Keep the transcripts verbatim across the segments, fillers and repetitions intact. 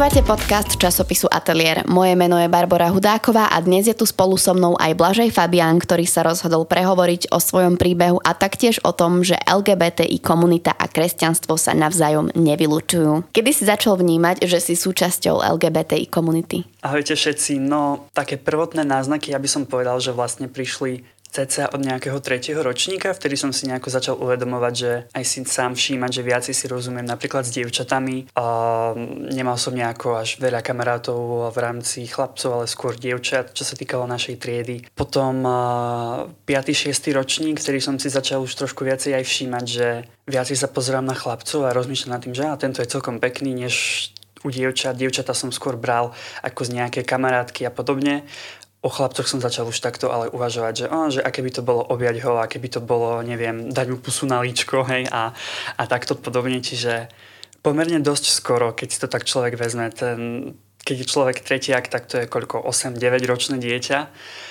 Počúvate podcast časopisu Atelier. Moje meno je Barbora Hudáková a dnes je tu spolu so mnou aj Blažej Fabián, ktorý sa rozhodol prehovoriť o svojom príbehu a taktiež o tom, že el gé bé té í komunita a kresťanstvo sa navzájom nevylučujú. Kedy si začal vnímať, že si súčasťou el gé bé té í komunity? Ahojte všetci, no také prvotné náznaky, ja by som povedal, že vlastne prišli cca od nejakého tretieho ročníka, vtedy som si nejako začal uvedomovať, že aj si sám všímať, že viacej si rozumiem napríklad s dievčatami. A nemal som nejako až veľa kamarátov v rámci chlapcov, ale skôr dievčat, čo sa týkalo našej triedy. Potom piaty šiesty ročník, vtedy som si začal už trošku viacej aj všímať, že viacej sa pozerám na chlapcov a rozmýšľam nad tým, že á, tento je celkom pekný, než u dievčat. Dievčata som skôr bral ako z nejaké kamarátky a podobne. O chlapcoch som začal už takto ale uvažovať, že, ó, že aké by to bolo objať ho, aké by to bolo, neviem, dať mu pusu na líčko, hej, a, a takto podobne. Čiže pomerne dosť skoro, keď si to tak človek vezme, ten, keď je človek tretiak, tak to je koľko, osem deväť ročné dieťa.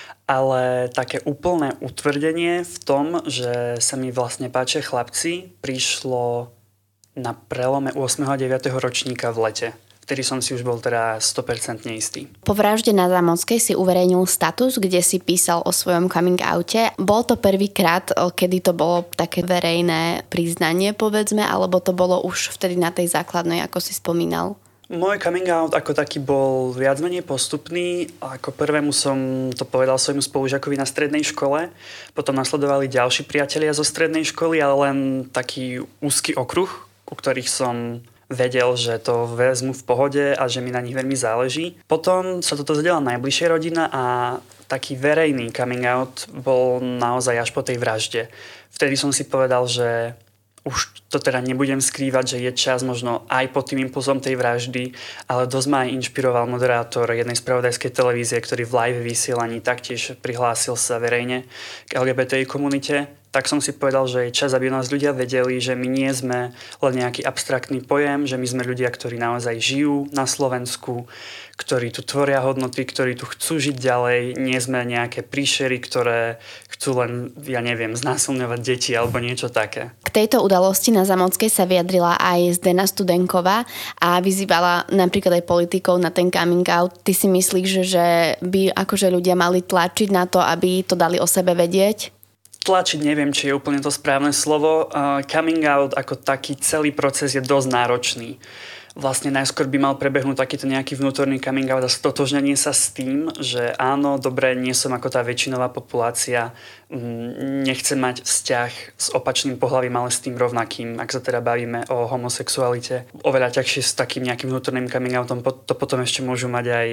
Ale také úplné utvrdenie v tom, že sa mi vlastne páčia chlapci, prišlo na prelome ôsmeho a deviateho ročníka v lete. Vtedy som si už bol teda sto percent istý. Po vražde na Zámockej si uverejnil status, kde si písal o svojom coming oute. Bol to prvýkrát, kedy to bolo také verejné priznanie, povedzme, alebo to bolo už vtedy na tej základnej, ako si spomínal? Môj coming out ako taký bol viac menej postupný. Ako prvému som to povedal svojmu spolužiakovi na strednej škole. Potom nasledovali ďalší priatelia zo strednej školy, ale len taký úzky okruh, u ktorých som vedel, že to vezmu v pohode a že mi na nich veľmi záleží. Potom sa toto zadela najbližšia rodina a taký verejný coming out bol naozaj až po tej vražde. Vtedy som si povedal, že už to teda nebudem skrývať, že je čas možno aj pod tým impulzom tej vraždy, ale dosť ma aj inšpiroval moderátor jednej spravodajskej televízie, ktorý v live vysielaní taktiež prihlásil sa verejne k el gé bé té í komunite. Tak som si povedal, že je čas, aby nás ľudia vedeli, že my nie sme len nejaký abstraktný pojem, že my sme ľudia, ktorí naozaj žijú na Slovensku, ktorí tu tvoria hodnoty, ktorí tu chcú žiť ďalej, nie sme nejaké príšery, ktoré chcú len, ja neviem, znásilňovať deti alebo niečo také. K tejto udalosti na Zámockej sa vyjadrila aj Zdena Studenková a vyzývala napríklad aj politikov na ten coming out. Ty si myslíš, že, že by akože ľudia mali tlačiť na to, aby to dali o sebe vedieť? Tlačiť neviem, či je úplne to správne slovo. Uh, coming out ako taký celý proces je dosť náročný. Vlastne najskôr by mal prebehnúť takýto nejaký vnútorný coming out a stotožnenie sa s tým, že áno, dobre, nie som ako tá väčšinová populácia, nechcem mať vzťah s opačným pohlavím, ale s tým rovnakým, ak sa teda bavíme o homosexualite. Oveľa ťažšie s takým nejakým vnútorným coming outom to potom ešte môžu mať aj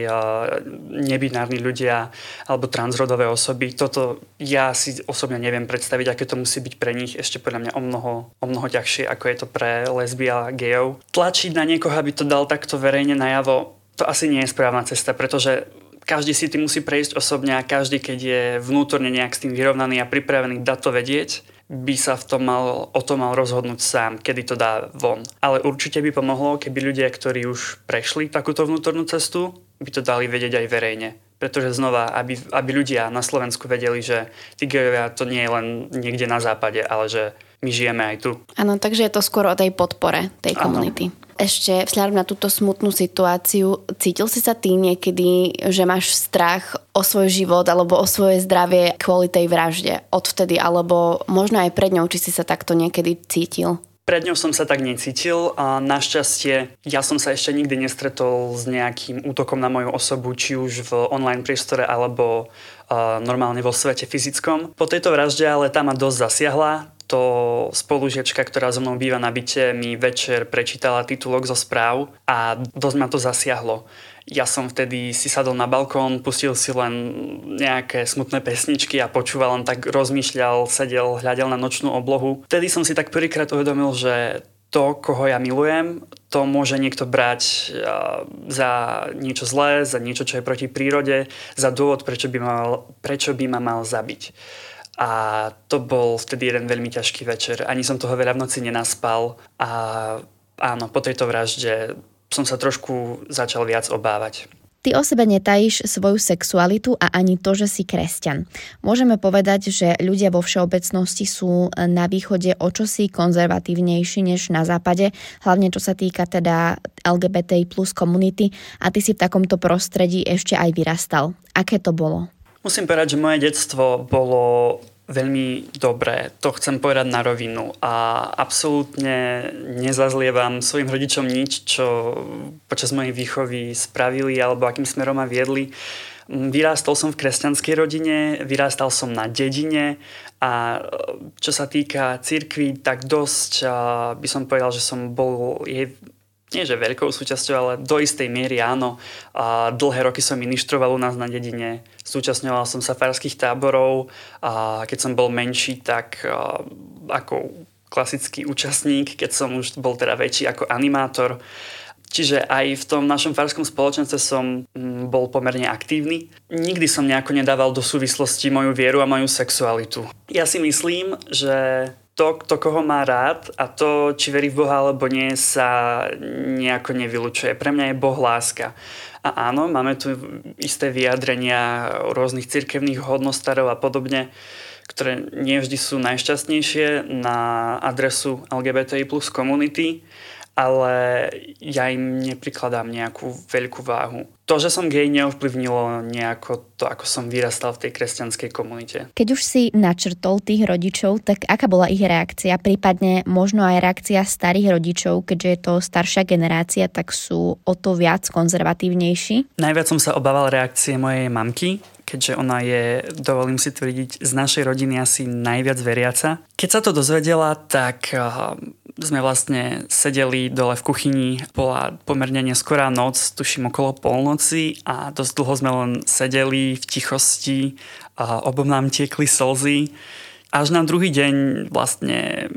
nebinárni ľudia alebo transrodové osoby. Toto ja si osobne neviem predstaviť, aké to musí byť pre nich, ešte podľa mňa o mnoho, o mnoho ťažšie, ako je to pre lesby a gejov. Tlačiť na niekoho, aby to dal takto verejne najavo, to asi nie je správna cesta, pretože každý si tým musí prejsť osobne a každý, keď je vnútorne nejak s tým vyrovnaný a pripravený dať to vedieť, by sa v tom mal, o tom mal rozhodnúť sám, kedy to dá von. Ale určite by pomohlo, keby ľudia, ktorí už prešli takúto vnútornú cestu, by to dali vedieť aj verejne. Pretože znova, aby, aby ľudia na Slovensku vedeli, že tí gejovia to nie je len niekde na západe, ale že my žijeme aj tu. Áno, takže je to skôr o tej podpore tej komunity. Áno. Ešte vzhľadom na túto smutnú situáciu, cítil si sa ty niekedy, že máš strach o svoj život alebo o svoje zdravie kvôli tej vražde odvtedy, alebo možno aj pred ňou, či si sa takto niekedy cítil? Pred ňou som sa tak necítil a našťastie ja som sa ešte nikdy nestretol s nejakým útokom na moju osobu, či už v online priestore alebo uh, normálne vo svete fyzickom. Po tejto vražde ale tá ma dosť zasiahla. To spolužiačka, ktorá so mnou býva na byte, mi večer prečítala titulok zo správ a dosť ma to zasiahlo. Ja som vtedy si sadol na balkón, pustil si len nejaké smutné pesničky a počúval, len tak rozmýšľal, sedel, hľadel na nočnú oblohu. Vtedy som si tak prvýkrát uvedomil, že to, koho ja milujem, to môže niekto brať za niečo zlé, za niečo, čo je proti prírode, za dôvod, prečo by, mal, prečo by ma mal zabiť. A to bol vtedy jeden veľmi ťažký večer. Ani som toho veľa v noci nenaspal a áno, po tejto vražde som sa trošku začal viac obávať. Ty o sebe netajíš svoju sexualitu a ani to, že si kresťan. Môžeme povedať, že ľudia vo všeobecnosti sú na východe o čosi konzervatívnejší než na západe, hlavne čo sa týka teda el gé bé té í plus komunity, a ty si v takomto prostredí ešte aj vyrastal. Aké to bolo? Musím povedať, že moje detstvo bolo veľmi dobré, to chcem povedať na rovinu, a absolútne nezazlievam svojim rodičom nič, čo počas mojej výchovy spravili alebo akým smerom ma viedli. Vyrástol som v kresťanskej rodine, vyrástal som na dedine a čo sa týka cirkvi, tak dosť by som povedal, že som bol jej nie že veľkou súčasťou, ale do istej miery áno. A dlhé roky som ministroval u nás na dedine. Zúčastňoval som sa farských táborov a keď som bol menší, tak ako klasický účastník, keď som už bol teda väčší ako animátor. Čiže aj v tom našom farskom spoločenstve som bol pomerne aktívny. Nikdy som nejako nedával do súvislosti moju vieru a moju sexualitu. Ja si myslím, že to, kto koho má rád a to, či verí v Boha alebo nie, sa nejako nevylučuje. Pre mňa je Boh láska. A áno, máme tu isté vyjadrenia rôznych cirkevných hodnostárov a podobne, ktoré nie vždy sú najšťastnejšie na adresu el gé bé té í plus komunity, ale ja im neprikladám nejakú veľkú váhu. To, že som gej, neovplyvnilo nejako to, ako som vyrastal v tej kresťanskej komunite. Keď už si načrtol tých rodičov, tak aká bola ich reakcia? Prípadne možno aj reakcia starých rodičov, keďže je to staršia generácia, tak sú o to viac konzervatívnejší? Najviac som sa obával reakcie mojej mamky, keďže ona je, dovolím si tvrdiť, z našej rodiny asi najviac veriaca. Keď sa to dozvedela, tak uh, sme vlastne sedeli dole v kuchyni, bola pomerne neskorá noc, tuším okolo polnoci, a dosť dlho sme len sedeli v tichosti, a obom nám tiekli slzy. Až na druhý deň vlastne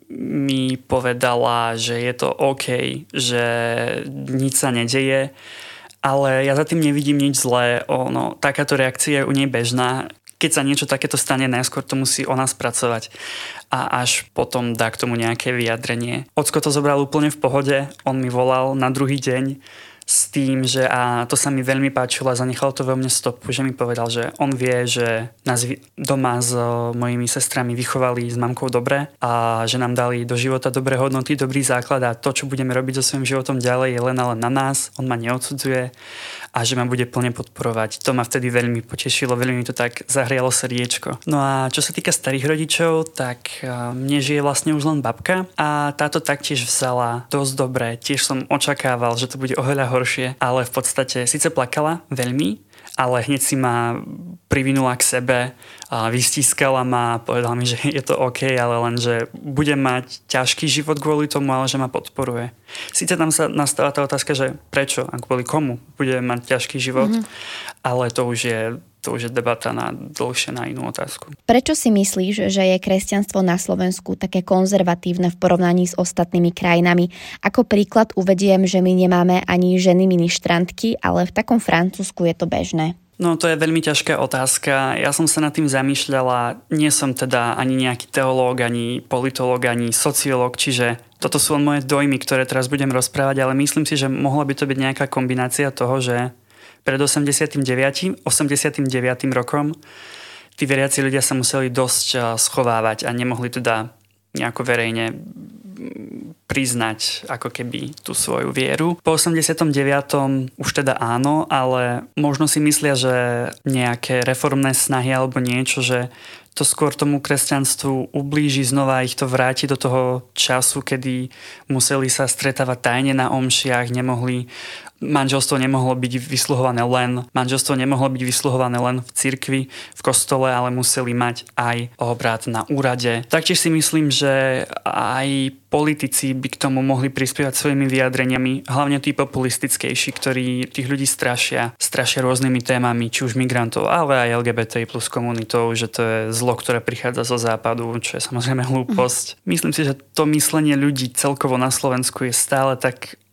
mi povedala, že je to OK, že nič sa nedeje. Ale ja za tým nevidím nič zlé. Ono, takáto reakcia je u nej bežná. Keď sa niečo takéto stane, najskôr to musí ona spracovať a až potom dá k tomu nejaké vyjadrenie. Ocko to zobral úplne v pohode. On mi volal na druhý deň s tým, že a to sa mi veľmi páčilo a zanechalo to vo mne stopu, že mi povedal, že on vie, že nás doma s mojimi sestrami vychovali s mamkou dobre a že nám dali do života dobré hodnoty, dobrý základ a to, čo budeme robiť so svojím životom ďalej, je len ale na nás, on ma neodsudzuje a že ma bude plne podporovať. To ma vtedy veľmi potešilo, veľmi mi to tak zahrialo srdiečko. No a čo sa týka starých rodičov, tak mne žije vlastne už len babka a táto taktiež vzala dosť dobre. Tiež som očakával, že to bude oveľa horšie, ale v podstate síce plakala veľmi, ale hneď si ma privinula k sebe a vystískala ma a povedala mi, že je to OK, ale len, že budem mať ťažký život kvôli tomu, ale že ma podporuje. Síce tam sa nastáva tá otázka, že prečo a kvôli komu budem mať ťažký život, mm-hmm. ale to už je To už je debata na dlhšie na inú otázku. Prečo si myslíš, že je kresťanstvo na Slovensku také konzervatívne v porovnaní s ostatnými krajinami? Ako príklad uvediem, že my nemáme ani ženy ministrantky, ale v takom Francúzsku je to bežné. No to je veľmi ťažká otázka. Ja som sa nad tým zamýšľala. Nie som teda ani nejaký teológ, ani politológ, ani sociológ, čiže toto sú len moje dojmy, ktoré teraz budem rozprávať, ale myslím si, že mohla by to byť nejaká kombinácia toho, že pred osemdesiatym deviatym rokom tí veriaci ľudia sa museli dosť schovávať a nemohli teda nejako verejne priznať ako keby tú svoju vieru. Po osemdesiatom deviatom už teda áno, ale možno si myslia, že nejaké reformné snahy alebo niečo, že to skôr tomu kresťanstvu ublíži, znova ich to vráti do toho času, kedy museli sa stretávať tajne na omšiach, nemohli manželstvo nemohlo byť vysluhované len manželstvo nemohlo byť vysluhované len v cirkvi, v kostole, ale museli mať aj obrad na úrade. Taktiež si myslím, že aj politici by k tomu mohli prispievať svojimi vyjadreniami, hlavne tí populistickejší, ktorí tých ľudí strašia, strašia rôznymi témami, či už migrantov, ale aj el gé bé té í plus komunitou, že to je zlo, ktoré prichádza zo západu, čo je samozrejme hlúposť. Myslím si, že to myslenie ľudí celkovo na Slovensku je stále tak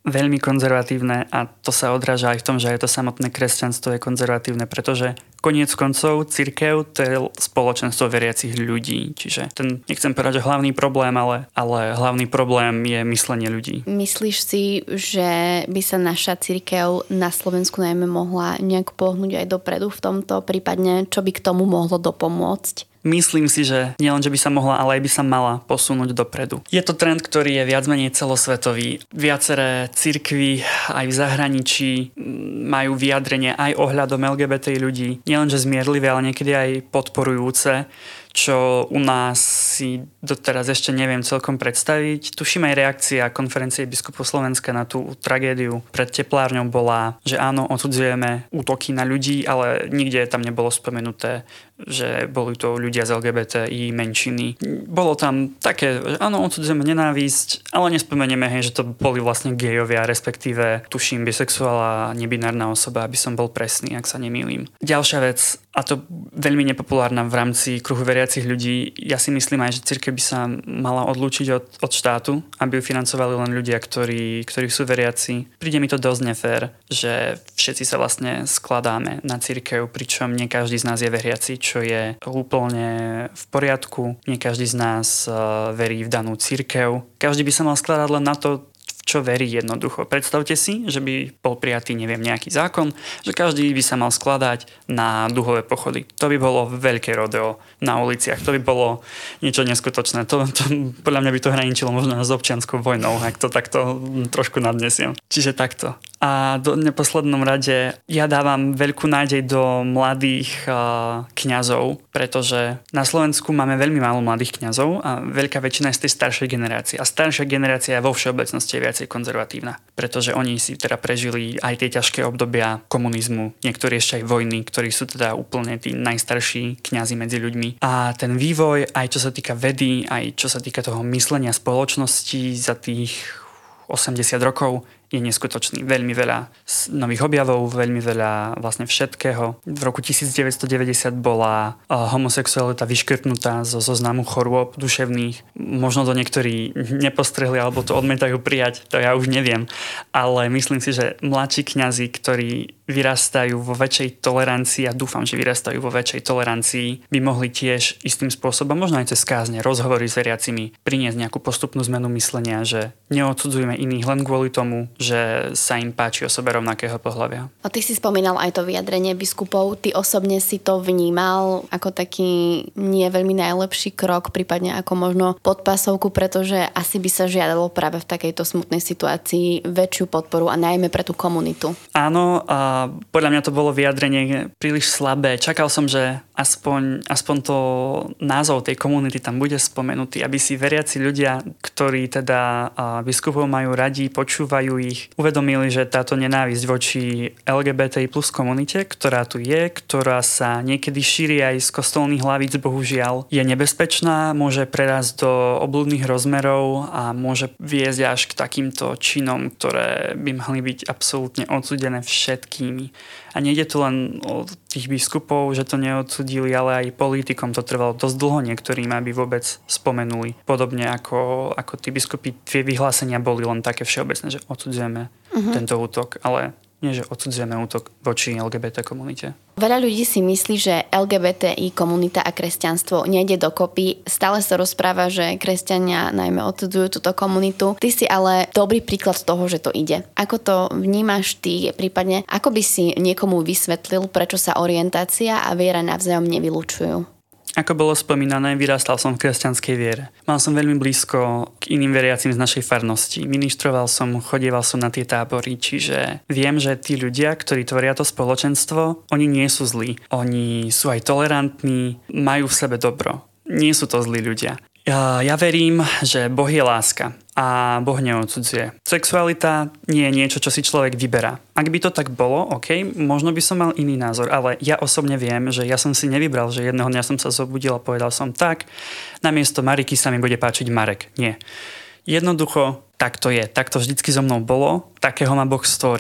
veľmi konzervatívne a to sa odráža aj v tom, že aj to samotné kresťanstvo je konzervatívne, pretože koniec koncov cirkev to je spoločenstvo veriacich ľudí. Čiže ten, nechcem povedať, že hlavný problém, ale, ale hlavný problém je myslenie ľudí. Myslíš si, že by sa naša cirkev na Slovensku najmä mohla nejak pohnúť aj dopredu v tomto, prípadne čo by k tomu mohlo dopomôcť? Myslím si, že nielen, že by sa mohla, ale aj by sa mala posunúť dopredu. Je to trend, ktorý je viac menej celosvetový. Viaceré cirkvy aj v zahraničí majú vyjadrenie aj ohľadom el gé bé té ľudí. Nielen, že zmierlivé, ale niekedy aj podporujúce, čo u nás si doteraz ešte neviem celkom predstaviť. Tuším aj reakcia konferencie biskupov Slovenska na tú tragédiu pred teplárňou bola, že áno, odsudzujeme útoky na ľudí, ale nikde tam nebolo spomenuté, že boli to ľudia z el gé bé té í menšiny. Bolo tam také, že áno, odsudzujeme nenávisť, ale nespomenieme, hej, že to boli vlastne gejovia, respektíve tuším bisexuálna nebinárna osoba, aby som bol presný, ak sa nemýlim. Ďalšia vec, a to veľmi nepopulárna v rámci kruhu veriacich ľudí, ja si myslím aj, že cirkev by sa mala odlúčiť od, od štátu, aby ju financovali len ľudia, ktorí, ktorí sú veriaci. Príde mi to dosť nefér, že všetci sa vlastne skladáme na cirkev, pričom nie každý z nás je veriaci, čo je úplne v poriadku. Nie každý z nás uh, verí v danú cirkev. Každý by sa mal skladať len na to, čo verí jednoducho. Predstavte si, že by bol prijatý, neviem, nejaký zákon, že každý by sa mal skladať na duhové pochody. To by bolo veľké rodeo na uliciach. To by bolo niečo neskutočné. To, to, podľa mňa by to hraničilo možno s občianskou vojnou, ak to takto trošku nadnesiem. Čiže takto. A do neposlednom rade ja dávam veľkú nádej do mladých uh, kňazov, pretože na Slovensku máme veľmi málo mladých kňazov a veľká väčšina je z tej staršej generácie. A staršia generácia je vo všeobecnosti viacej konzervatívna, pretože oni si teda prežili aj tie ťažké obdobia komunizmu, niektorí ešte aj vojny, ktorí sú teda úplne tí najstarší kňazi medzi ľuďmi. A ten vývoj, aj čo sa týka vedy, aj čo sa týka toho myslenia spoločnosti za tých osemdesiat rokov, je neskutočný. Veľmi veľa nových objavov, veľmi veľa vlastne všetkého. V roku devätnásťstodeväťdesiat bola homosexualita vyškrtnutá zo zoznamu chorôb duševných. Možno to niektorí nepostrehli alebo to odmietajú prijať, to ja už neviem. Ale myslím si, že mladší kňazi, ktorí vyrastajú vo väčšej tolerancii a dúfam, že vyrastajú vo väčšej tolerancii, by mohli tiež istým spôsobom, možno aj cez kázne, rozhovory s veriacimi, priniesť nejakú postupnú zmenu myslenia, že neodsudzujeme iných len kvôli tomu, že sa im páči osobe rovnakého pohlavia. A ty si spomínal aj to vyjadrenie biskupov. Ty osobne si to vnímal ako taký nie veľmi najlepší krok, prípadne ako možno podpásovku, pretože asi by sa žiadalo práve v takejto smutnej situácii väčšiu podporu a najmä pre tú komunitu. Áno, a podľa mňa to bolo vyjadrenie príliš slabé. Čakal som, že aspoň, aspoň to názov tej komunity tam bude spomenutý, aby si veriaci ľudia, ktorí teda biskupov majú radi, počúvajú ich, uvedomili, že táto nenávisť voči el gé bé té í plus komunite, ktorá tu je, ktorá sa niekedy šíri aj z kostolných hlavíc, bohužiaľ, je nebezpečná, môže prerásť do obľudných rozmerov a môže viesť až k takýmto činom, ktoré by mali byť absolútne odsúdené všetkými. A nejde tu len o tých biskupov, že to neodsúdili, ale aj politikom to trvalo dosť dlho niektorým, aby vôbec spomenuli. Podobne ako, ako tí biskupy, tie vyhlásenia boli len také všeobecné, že odsudzujeme uh-huh. tento útok, ale nie, že odsudzujeme útok voči el gé bé té komunite. Veľa ľudí si myslí, že el gé bé té í komunita a kresťanstvo nejde dokopy. Stále sa rozpráva, že kresťania najmä odsudzujú túto komunitu. Ty si ale dobrý príklad toho, že to ide. Ako to vnímaš ty? Prípadne, ako by si niekomu vysvetlil, prečo sa orientácia a viera navzájom nevylučujú? Ako bolo spomínané, vyrastal som v kresťanskej viere. Mal som veľmi blízko k iným veriacim z našej farnosti. Ministroval som, chodieval som na tie tábory, čiže viem, že tí ľudia, ktorí tvoria to spoločenstvo, oni nie sú zlí. Oni sú aj tolerantní, majú v sebe dobro. Nie sú to zlí ľudia. Ja, ja verím, že Boh je láska a Boh neodsudzuje. Sexualita nie je niečo, čo si človek vyberá. Ak by to tak bolo, OK, možno by som mal iný názor, ale ja osobne viem, že ja som si nevybral, že jedného dňa som sa zobudil a povedal som tak, namiesto Mariky sa mi bude páčiť Marek. Nie. Jednoducho, tak to je. Tak to vždycky so mnou bolo, takého ma Boh stvoril.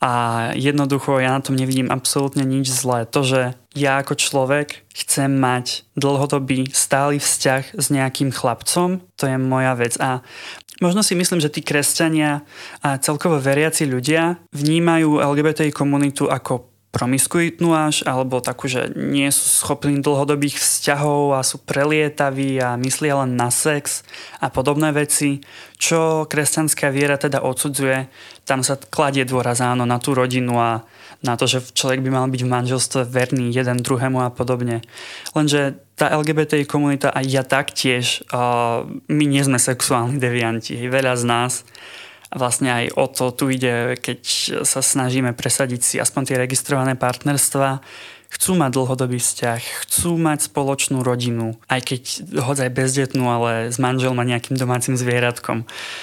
A jednoducho ja na tom nevidím absolútne nič zlé. To, že ja ako človek chcem mať dlhodobý stály vzťah s nejakým chlapcom, to je moja vec. A možno si myslím, že tí kresťania a celkovo veriaci ľudia vnímajú el gé bé té í komunitu ako promiskuitnú až, alebo takú, že nie sú schopní dlhodobých vzťahov a sú prelietaví a myslia len na sex a podobné veci, čo kresťanská viera teda odsudzuje. Tam sa kladie dôraz áno na tú rodinu a na to, že človek by mal byť v manželstve verný jeden druhému a podobne. Lenže tá el gé bé té í komunita a ja taktiež, uh, my nie sme sexuálni devianti. Veľa z nás vlastne aj o to tu ide, keď sa snažíme presadiť si aspoň tie registrované partnerstvá. Chcú mať dlhodobý vzťah, chcú mať spoločnú rodinu, aj keď hodzaj bezdetnú, ale s manželom a nejakým domácim zvieratkom.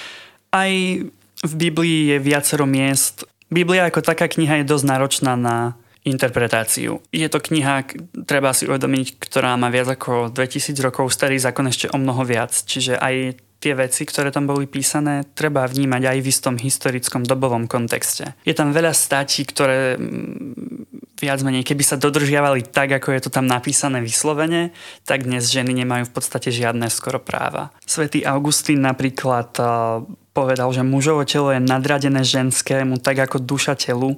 Aj v Biblii je viacero miest. Biblia ako taká kniha je dosť náročná na interpretáciu. Je to kniha, treba si uvedomiť, ktorá má viac ako dvetisíc rokov, starý zákon ešte o mnoho viac. Čiže aj tie veci, ktoré tam boli písané, treba vnímať aj v istom historickom dobovom kontexte. Je tam veľa státí, ktoré viac menej, keby sa dodržiavali tak, ako je to tam napísané vyslovene, tak dnes ženy nemajú v podstate žiadne skoro práva. Svätý Augustín napríklad povedal, že mužovo telo je nadradené ženskému tak ako duša telu,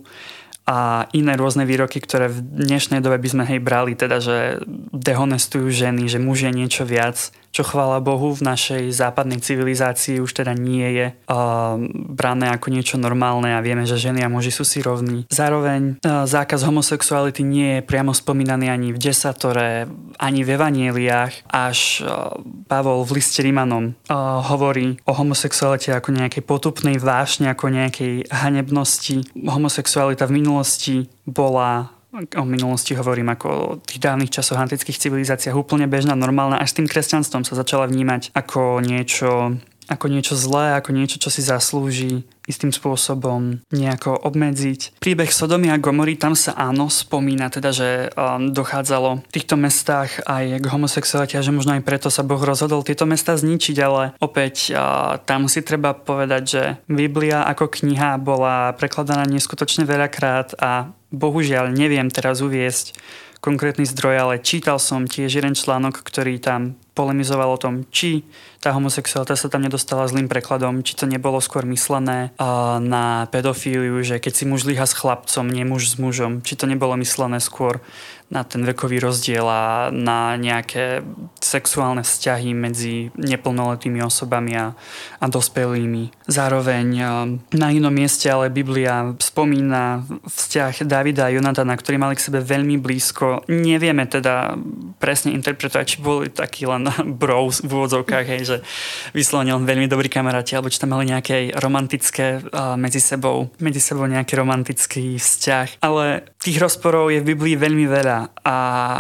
a iné rôzne výroky, ktoré v dnešnej dobe by sme hej brali, teda, že dehonestujú ženy, že muž je niečo viac, čo chvála Bohu v našej západnej civilizácii už teda nie je uh, brané ako niečo normálne a vieme, že ženy a muži sú si rovní. Zároveň uh, zákaz homosexuality nie je priamo spomínaný ani v desatore, ani v evanjeliách, až uh, Pavol v liste Rimanom uh, hovorí o homosexualite ako nejakej potupnej vášne, ako nejakej hanebnosti. Homosexualita v minulosti bola, o minulosti hovorím ako o tých dávnych časoch antických civilizáciách, úplne bežná, normálna, až s tým kresťanstvom sa začala vnímať ako niečo, ako niečo zlé, ako niečo, čo si zaslúži istým spôsobom nejako obmedziť. Príbeh Sodomy a Gomory, tam sa áno spomína, teda, že um, dochádzalo v týchto mestách aj k homosexualite a že možno aj preto sa Boh rozhodol tieto mestá zničiť, ale opäť uh, tam si treba povedať, že Biblia ako kniha bola prekladaná neskutočne veľakrát a bohužiaľ neviem teraz uviesť konkrétny zdroj, ale čítal som tiež jeden článok, ktorý tam polemizoval o tom, či tá homosexualita sa tam nedostala zlým prekladom, či to nebolo skôr myslené uh, na pedofíliu, že keď si muž líha s chlapcom, nie muž s mužom, či to nebolo myslené skôr na ten vekový rozdiel a na nejaké sexuálne vzťahy medzi neplnoletými osobami a, a dospelými. Zároveň uh, na inom mieste ale Biblia spomína vzťah Davida a Jonatana, ktorí mali k sebe veľmi blízko. Nevieme teda presne interpretovať, či boli takí len bros v úvodzovkách, hej, že vyslovene len veľmi dobrí kamaráti, alebo či tam mali nejaké romantické uh, medzi sebou, medzi sebou nejaký romantický vzťah. Ale tých rozporov je v Biblii veľmi veľa a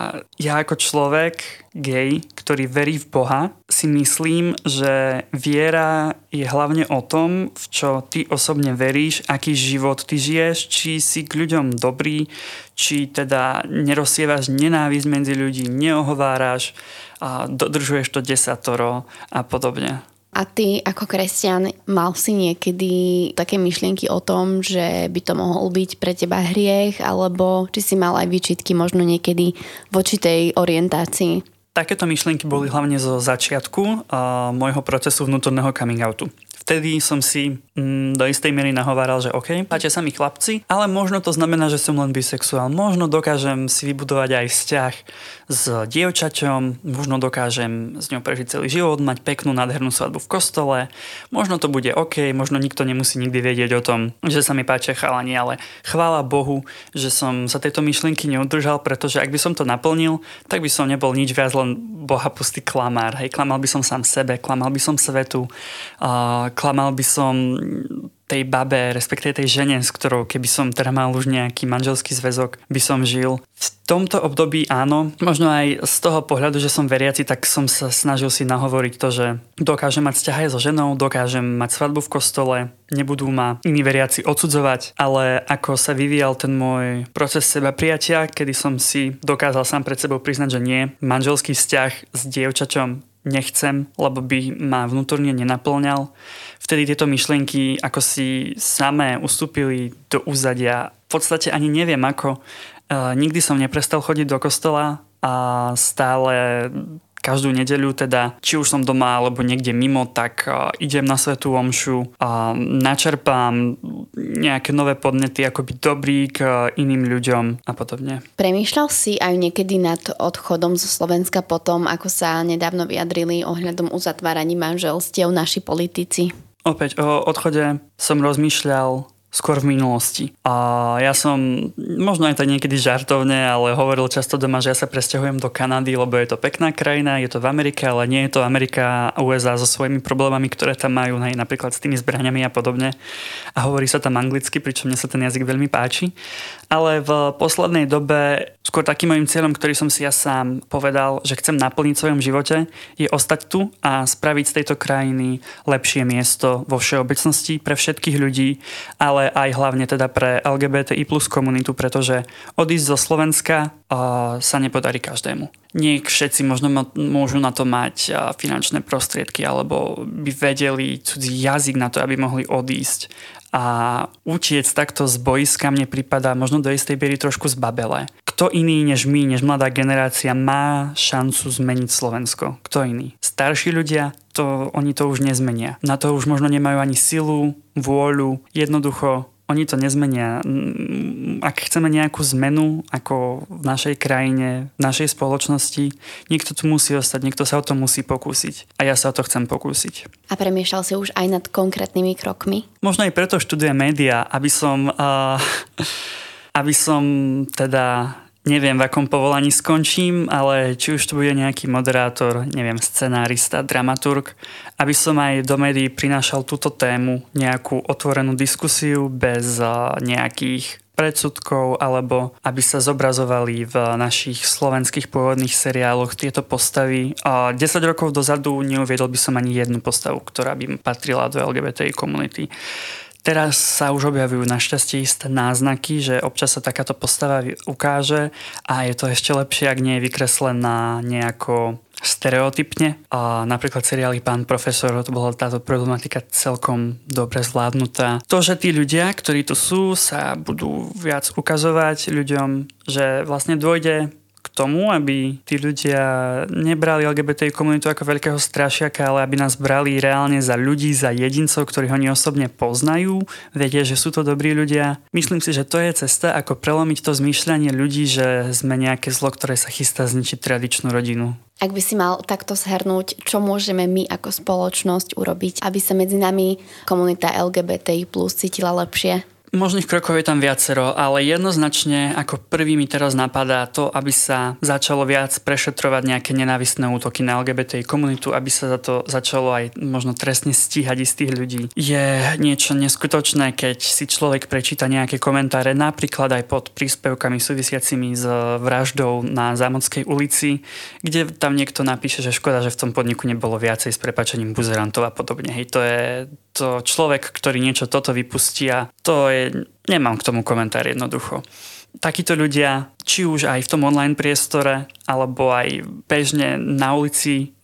ja ako človek gej, ktorý verí v Boha, si myslím, že viera je hlavne o tom, v čo ty osobne veríš, aký život ty žiješ, či si k ľuďom dobrý, či teda nerozsievaš nenávisť medzi ľudí, neohováraš, a dodržuješ to desatoro a podobne. A ty ako kresťan mal si niekedy také myšlienky o tom, že by to mohol byť pre teba hriech, alebo či si mal aj výčitky možno niekedy voči tej orientácii? Takéto myšlienky boli hlavne zo začiatku uh, môjho procesu vnútorného coming outu. Vtedy som si mm, do istej miery nahováral, že OK, páčia sa mi chlapci, ale možno to znamená, že som len bisexuál. Možno dokážem si vybudovať aj vzťah s dievčaťom, možno dokážem s ňou prežiť celý život, mať peknú, nádhernú svadbu v kostole. Možno to bude OK, možno nikto nemusí nikdy vedieť o tom, že sa mi páčia chalani, ale chvála Bohu, že som sa tejto myšlienky neudržal, pretože ak by som to naplnil, tak by som nebol nič viac, len bohapustý klamár. Hej, klamal by som sám sebe, klamal by som svetu, uh, klamal by som tej babe, respektíve tej žene, s ktorou keby som teda mal už nejaký manželský zväzok, by som žil. V tomto období áno, možno aj z toho pohľadu, že som veriaci, tak som sa snažil si nahovoriť to, že dokážem mať vzťah aj so ženou, dokážem mať svadbu v kostole, nebudú ma iní veriaci odsudzovať, ale ako sa vyvíjal ten môj proces seba prijatia, kedy som si dokázal sám pred sebou priznať, že nie, manželský vzťah s dievčaťom nechcem, lebo by ma vnútorne nenaplňal. Vtedy tieto myšlienky ako si samé ustúpili do úzadia. V podstate ani neviem ako. Uh, nikdy som neprestal chodiť do kostola a stále každú nedeľu, teda či už som doma alebo niekde mimo, tak uh, idem na svätú omšu a uh, načerpám nejaké nové podnety, ako byť dobrý k uh, iným ľuďom a podobne. Premýšľal si aj niekedy nad odchodom zo Slovenska potom, ako sa nedávno vyjadrili ohľadom uzatváraní manželstiev naši politici? Opäť o odchode som rozmýšľal skôr v minulosti. A ja som, možno aj tak niekedy žartovne, ale hovoril často doma, že ja sa presťahujem do Kanady, lebo je to pekná krajina, je to v Amerike, ale nie je to Amerika a ú es á so svojimi problémami, ktoré tam majú, hej, napríklad s tými zbraňami a podobne. A hovorí sa tam anglicky, pričom mne sa ten jazyk veľmi páči. Ale v poslednej dobe skôr takým mojím cieľom, ktorý som si ja sám povedal, že chcem naplniť v svojom živote, je ostať tu a spraviť z tejto krajiny lepšie miesto vo všeobecnosti pre všetkých ľudí, ale aj hlavne teda pre el gé bé té í plus komunitu, pretože odísť zo Slovenska uh, sa nepodarí každému. Nie všetci možno môžu na to mať uh, finančné prostriedky alebo by vedeli cudzí jazyk na to, aby mohli odísť. A utiec takto z boiska mne prípada možno do istej miery trošku zbabelé. Kto iný než my, než mladá generácia má šancu zmeniť Slovensko? Kto iný? Starší ľudia? To, oni to už nezmenia. Na to už možno nemajú ani silu, vôľu. Jednoducho, oni to nezmenia. Ak chceme nejakú zmenu, ako v našej krajine, v našej spoločnosti, niekto tu musí ostať, niekto sa o to musí pokúsiť. A ja sa o to chcem pokúsiť. A premýšľal si už aj nad konkrétnymi krokmi? Možno aj preto študujem médiá, aby som, uh, aby som teda... Neviem, v akom povolaní skončím, ale či už to bude nejaký moderátor, neviem, scenárista, dramaturg, aby som aj do médií prinášal túto tému, nejakú otvorenú diskusiu bez nejakých predsudkov, alebo aby sa zobrazovali v našich slovenských pôvodných seriáloch tieto postavy. A desať rokov dozadu neuviedol by som ani jednu postavu, ktorá by patrila do el gé bé té í komunity. Teraz sa už objavujú našťastie isté náznaky, že občas sa takáto postava ukáže a je to ešte lepšie, ak nie je vykreslená nejako stereotypne. A napríklad seriály Pán profesor, to bola táto problematika celkom dobre zvládnutá. To, že tí ľudia, ktorí tu sú, sa budú viac ukazovať ľuďom, že vlastne dôjde k tomu, aby tí ľudia nebrali el gé bé té í komunitu ako veľkého strašiaka, ale aby nás brali reálne za ľudí, za jedincov, ktorých oni osobne poznajú, vedia, že sú to dobrí ľudia. Myslím si, že to je cesta, ako prelomiť to zmýšľanie ľudí, že sme nejaké zlo, ktoré sa chystá zničiť tradičnú rodinu. Ak by si mal takto zhrnúť, čo môžeme my ako spoločnosť urobiť, aby sa medzi nami komunita el gé bé té í plus cítila lepšie? Možných krokov je tam viacero, ale jednoznačne ako prvý mi teraz napadá to, aby sa začalo viac prešetrovať nejaké nenávistné útoky na el gé bé té í komunitu, aby sa za to začalo aj možno trestne stíhať istých ľudí. Je niečo neskutočné, keď si človek prečíta nejaké komentáre, napríklad aj pod príspevkami súvisiacimi s vraždou na Zámodskej ulici, kde tam niekto napíše, že škoda, že v tom podniku nebolo viacej s prepáčením buzerantov a podobne. Hej, to je to človek, ktorý niečo toto vypustí a to je, nemám k tomu komentár jednoducho. Takíto ľudia, či už aj v tom online priestore, alebo aj bežne na ulici,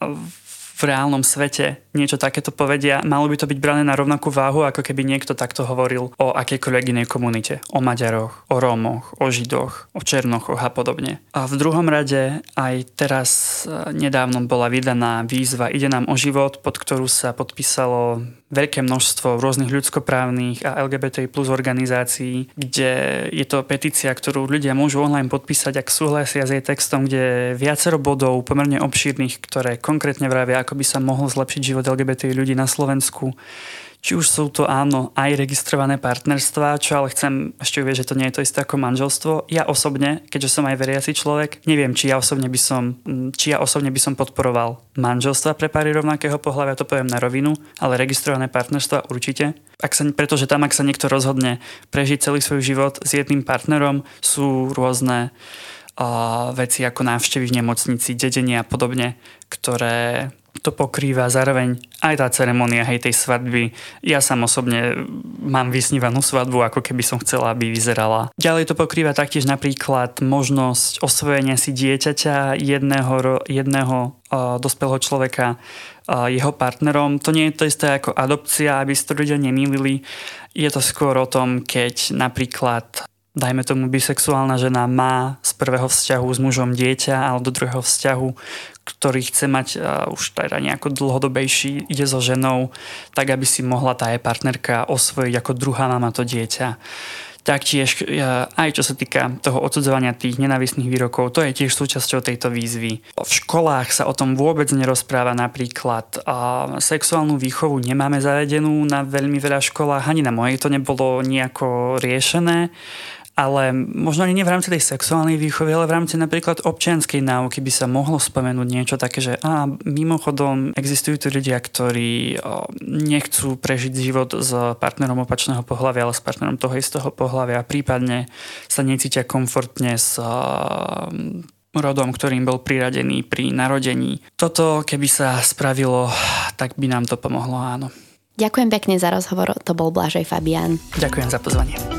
v reálnom svete niečo takéto povedia, malo by to byť brané na rovnakú váhu, ako keby niekto takto hovoril o akejkoľvek inej komunite. O Maďaroch, o Rómoch, o Židoch, o Černochoch a podobne. A v druhom rade aj teraz nedávno bola vydaná výzva Ide nám o život, pod ktorú sa podpísalo veľké množstvo rôznych ľudskoprávnych a el gé bé té í plus organizácií, kde je to petícia, ktorú ľudia môžu online podpísať, ak súhlasia s jej textom, kde je viacero bodov pomerne obšírnych, ktoré konkrétne vravia, ako by sa mohol zlepšiť život el gé bé té í ľudí na Slovensku. Či už sú to áno aj registrované partnerstvá, čo ale chcem ešte uvieť, že to nie je to isté ako manželstvo. Ja osobne, keďže som aj veriaci človek, neviem, či ja osobne by som, či ja osobne by som podporoval manželstva pre páry rovnakého pohlavia, to poviem na rovinu, ale registrované partnerstvá určite. Ak sa, pretože tam, ak sa niekto rozhodne prežiť celý svoj život s jedným partnerom, sú rôzne uh, veci ako návštevy v nemocnici, dedenie a podobne, ktoré to pokrýva zároveň aj tá ceremonia, hej, tej svadby. Ja sám osobne mám vysnívanú svadbu, ako keby som chcela, aby vyzerala. Ďalej to pokrýva taktiež napríklad možnosť osvojenia si dieťaťa jedného, jedného uh, dospelého človeka uh, jeho partnerom. To nie je to isté ako adopcia, aby si to ľudia nemýlili. Je to skôr o tom, keď napríklad dajme tomu bisexuálna žena má z prvého vzťahu s mužom dieťa, ale do druhého vzťahu, ktorý chce mať uh, už teda nejako dlhodobejší, ide so ženou, tak aby si mohla tá jej partnerka osvojiť ako druhá mama to dieťa. Taktiež uh, aj čo sa týka toho odsudzovania tých nenávistných výrokov, to je tiež súčasťou tejto výzvy. V školách sa o tom vôbec nerozpráva, napríklad uh, sexuálnu výchovu nemáme zavedenú na veľmi veľa školách, ani na mojej to nebolo nejako riešené. Ale možno nie v rámci tej sexuálnej výchovy, ale v rámci napríklad občianskej náuky by sa mohlo spomenúť niečo také, že á, mimochodom existujú tu ľudia, ktorí ó, nechcú prežiť život s partnerom opačného pohlavia, ale s partnerom toho istého pohlavia, prípadne sa necítia komfortne s ó, rodom, ktorým bol priradený pri narodení. Toto, keby sa spravilo, tak by nám to pomohlo, áno. Ďakujem pekne za rozhovor, to bol Blažej Fabián. Ďakujem za pozvanie.